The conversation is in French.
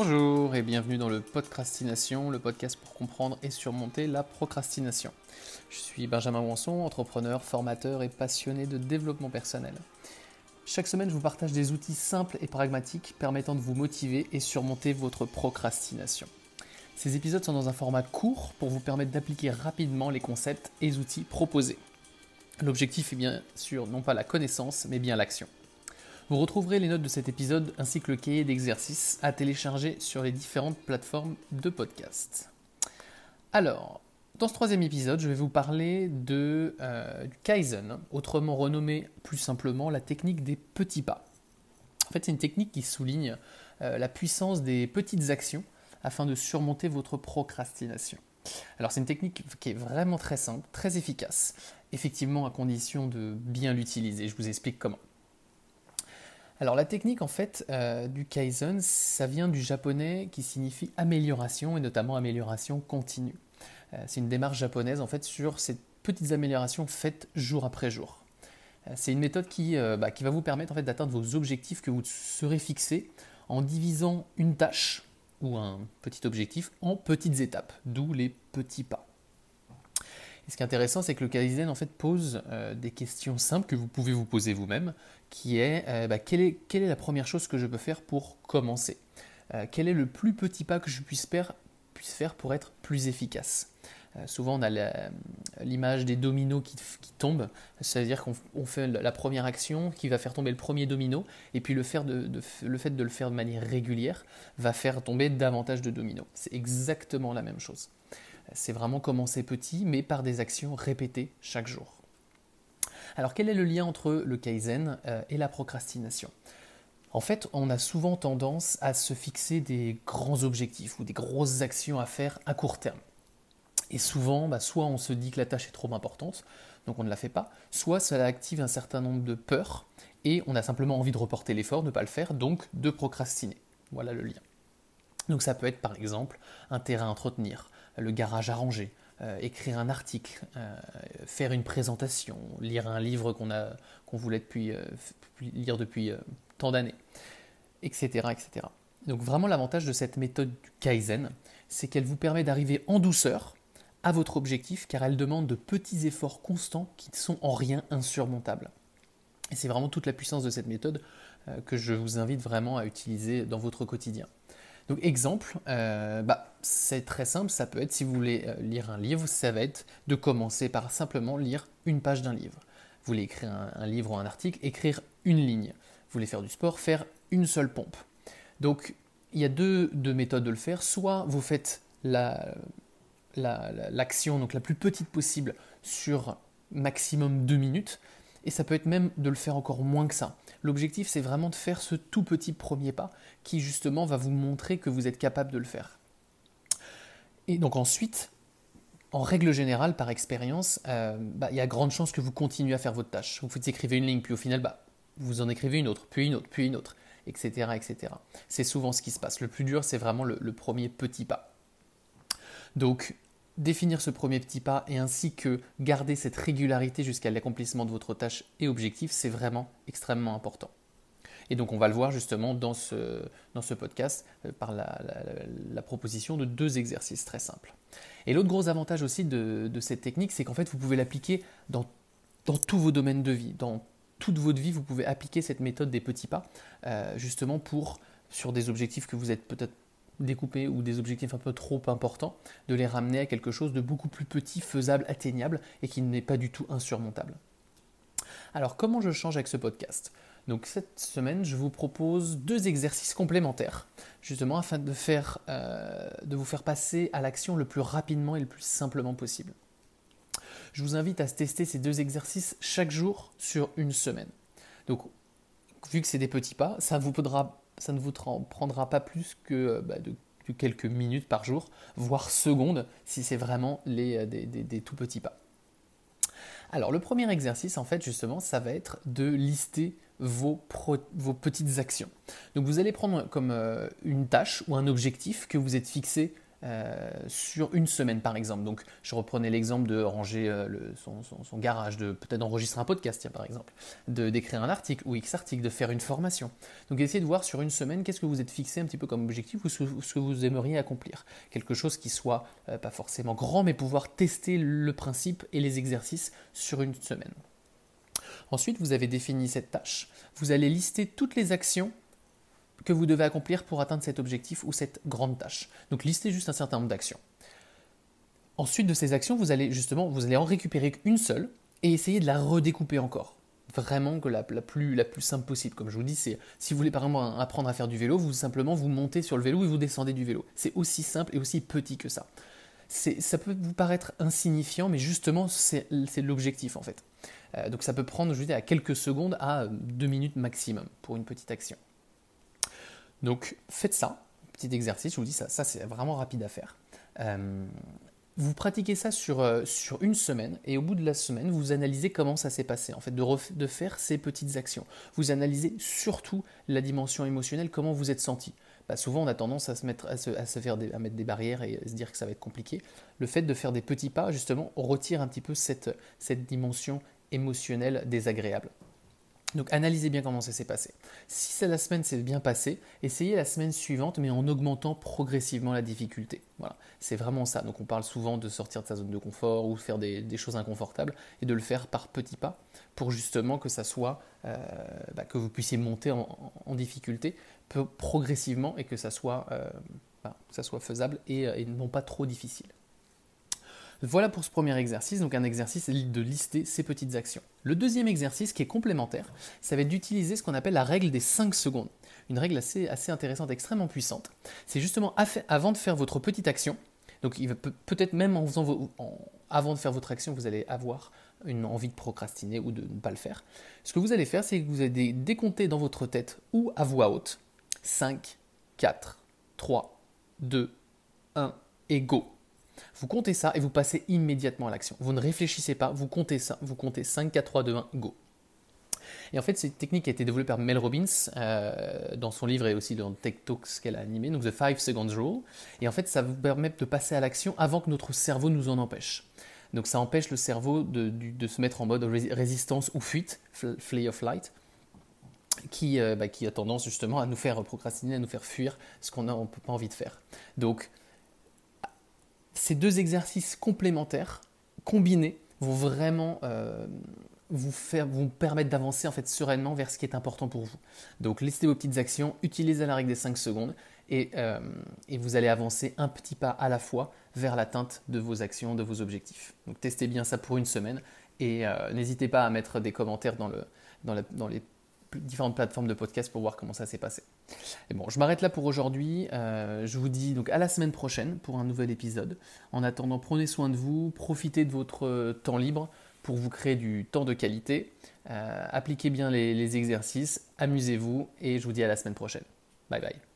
Bonjour et bienvenue dans le Podcastination, le podcast pour comprendre et surmonter la procrastination. Je suis Benjamin Wanson, entrepreneur, formateur et passionné de développement personnel. Chaque semaine, je vous partage des outils simples et pragmatiques permettant de vous motiver et surmonter votre procrastination. Ces épisodes sont dans un format court pour vous permettre d'appliquer rapidement les concepts et outils proposés. L'objectif est bien sûr non pas la connaissance, mais bien l'action. Vous retrouverez les notes de cet épisode ainsi que le cahier d'exercices à télécharger sur les différentes plateformes de podcast. Alors, dans ce troisième épisode, je vais vous parler du Kaizen, autrement renommé plus simplement la technique des petits pas. En fait, c'est une technique qui souligne la puissance des petites actions afin de surmonter votre procrastination. Alors, c'est une technique qui est vraiment très simple, très efficace, effectivement à condition de bien l'utiliser. Je vous explique comment. Alors la technique en fait du Kaizen, ça vient du japonais qui signifie amélioration et notamment amélioration continue. C'est une démarche japonaise en fait sur ces petites améliorations faites jour après jour. C'est une méthode qui va vous permettre en fait d'atteindre vos objectifs que vous serez fixés en divisant une tâche ou un petit objectif en petites étapes, d'où les petits pas. Et ce qui est intéressant, c'est que le Kaizen en fait pose des questions simples que vous pouvez vous poser vous-même, qui est quelle est la première chose que je peux faire pour commencer ? Quel est le plus petit pas que je puisse faire pour être plus efficace ? Souvent, on a l'image des dominos qui tombent, c'est-à-dire qu'on fait la première action qui va faire tomber le premier domino, et puis le fait de le faire de manière régulière va faire tomber davantage de dominos. C'est exactement la même chose. C'est vraiment commencer petit, mais par des actions répétées chaque jour. Alors, quel est le lien entre le Kaizen et la procrastination ? En fait, on a souvent tendance à se fixer des grands objectifs ou des grosses actions à faire à court terme. Et souvent, soit on se dit que la tâche est trop importante, donc on ne la fait pas, soit ça active un certain nombre de peurs et on a simplement envie de reporter l'effort, de ne pas le faire, donc de procrastiner. Voilà le lien. Donc ça peut être par exemple un terrain à entretenir, le garage à ranger, écrire un article, faire une présentation, lire un livre qu'on voulait lire depuis tant d'années, etc., etc. Donc vraiment l'avantage de cette méthode du Kaizen, c'est qu'elle vous permet d'arriver en douceur à votre objectif car elle demande de petits efforts constants qui ne sont en rien insurmontables. Et c'est vraiment toute la puissance de cette méthode que je vous invite vraiment à utiliser dans votre quotidien. Donc exemple, c'est très simple, ça peut être si vous voulez lire un livre, ça va être de commencer par simplement lire une page d'un livre. Vous voulez écrire un livre ou un article, écrire une ligne. Vous voulez faire du sport, faire une seule pompe. Donc il y a deux méthodes de le faire, soit vous faites l'action donc la plus petite possible sur maximum 2 minutes, et ça peut être même de le faire encore moins que ça. L'objectif, c'est vraiment de faire ce tout petit premier pas qui justement va vous montrer que vous êtes capable de le faire. Et donc ensuite, en règle générale, par expérience, il y a grande chance que vous continuez à faire votre tâche. Vous écrivez une ligne, puis au final, vous en écrivez une autre, puis une autre, puis une autre, etc., etc. C'est souvent ce qui se passe. Le plus dur, c'est vraiment le premier petit pas. Donc, définir ce premier petit pas et ainsi que garder cette régularité jusqu'à l'accomplissement de votre tâche et objectif, c'est vraiment extrêmement important. Et donc on va le voir justement dans ce podcast par la proposition de 2 exercices très simples. Et l'autre gros avantage aussi de cette technique, c'est qu'en fait vous pouvez l'appliquer dans tous vos domaines de vie. Dans toute votre vie, vous pouvez appliquer cette méthode des petits pas justement sur des objectifs que vous êtes peut-être découpés ou des objectifs un peu trop importants, de les ramener à quelque chose de beaucoup plus petit, faisable, atteignable et qui n'est pas du tout insurmontable. Alors comment je change avec ce podcast ? Donc cette semaine, je vous propose 2 exercices complémentaires, justement afin de vous faire passer à l'action le plus rapidement et le plus simplement possible. Je vous invite à tester ces 2 exercices chaque jour sur une semaine. Donc vu que c'est des petits pas, ça ne vous prendra pas plus que de quelques minutes par jour, voire secondes, si c'est vraiment des tout petits pas. Alors le premier exercice, en fait, justement, ça va être de lister vos petites actions. Donc vous allez prendre comme une tâche ou un objectif que vous êtes fixé sur une semaine par exemple. Donc je reprenais l'exemple de ranger son garage, de peut-être enregistrer un podcast, tiens, par exemple, d'écrire un article ou X article, de faire une formation. Donc essayez de voir sur une semaine qu'est-ce que vous êtes fixé un petit peu comme objectif ou ce que vous aimeriez accomplir. Quelque chose qui soit pas forcément grand, mais pouvoir tester le principe et les exercices sur une semaine. Ensuite, vous avez défini cette tâche. Vous allez lister toutes les actions que vous devez accomplir pour atteindre cet objectif ou cette grande tâche. Donc listez juste un certain nombre d'actions. Ensuite de ces actions, vous allez en récupérer une seule et essayer de la redécouper encore. Vraiment que la plus simple possible. Comme je vous dis, c'est si vous voulez par exemple apprendre à faire du vélo, vous montez sur le vélo et vous descendez du vélo. C'est aussi simple et aussi petit que ça. Ça peut vous paraître insignifiant, mais justement c'est l'objectif en fait. Donc ça peut prendre, je vous dis, à quelques secondes à 2 minutes maximum pour une petite action. Donc faites ça, petit exercice, je vous dis ça c'est vraiment rapide à faire. Vous pratiquez ça sur une semaine et au bout de la semaine, vous analysez comment ça s'est passé, en fait, de faire ces petites actions. Vous analysez surtout la dimension émotionnelle, comment vous êtes senti. Souvent, on a tendance à mettre des barrières et se dire que ça va être compliqué. Le fait de faire des petits pas, justement, retire un petit peu cette dimension émotionnelle désagréable. Donc analysez bien comment ça s'est passé. Si la semaine s'est bien passée, essayez la semaine suivante, mais en augmentant progressivement la difficulté. Voilà, c'est vraiment ça. Donc on parle souvent de sortir de sa zone de confort ou faire des choses inconfortables et de le faire par petits pas pour justement que ça soit, que vous puissiez monter en difficulté progressivement et que ça soit faisable et non pas trop difficile. Voilà pour ce premier exercice, donc un exercice de lister ces petites actions. Le deuxième exercice qui est complémentaire, ça va être d'utiliser ce qu'on appelle la règle des 5 secondes. Une règle assez intéressante, extrêmement puissante. C'est justement avant de faire votre petite action, donc peut-être même avant de faire votre action, vous allez avoir une envie de procrastiner ou de ne pas le faire. Ce que vous allez faire, c'est que vous allez décompter dans votre tête ou à voix haute 5, 4, 3, 2, 1 et go. Vous comptez ça et vous passez immédiatement à l'action. Vous ne réfléchissez pas, vous comptez ça. Vous comptez 5, 4, 3, 2, 1, go. Et en fait, cette technique a été développée par Mel Robbins dans son livre et aussi dans Tech Talks qu'elle a animé, donc The 5 Seconds Rule. Et en fait, ça vous permet de passer à l'action avant que notre cerveau nous en empêche. Donc ça empêche le cerveau de se mettre en mode résistance ou fuite, flight or flight, qui a tendance justement à nous faire procrastiner, à nous faire fuir ce qu'on n'a pas envie de faire. Donc, ces deux exercices complémentaires, combinés, vont vraiment vous permettre d'avancer en fait sereinement vers ce qui est important pour vous. Donc listez vos petites actions, utilisez la règle des 5 secondes et vous allez avancer un petit pas à la fois vers l'atteinte de vos actions, de vos objectifs. Donc testez bien ça pour une semaine et n'hésitez pas à mettre des commentaires dans les différentes plateformes de podcast pour voir comment ça s'est passé. Et bon, je m'arrête là pour aujourd'hui. Je vous dis donc à la semaine prochaine pour un nouvel épisode. En attendant, prenez soin de vous, profitez de votre temps libre pour vous créer du temps de qualité. Appliquez bien les exercices, amusez-vous et je vous dis à la semaine prochaine. Bye bye.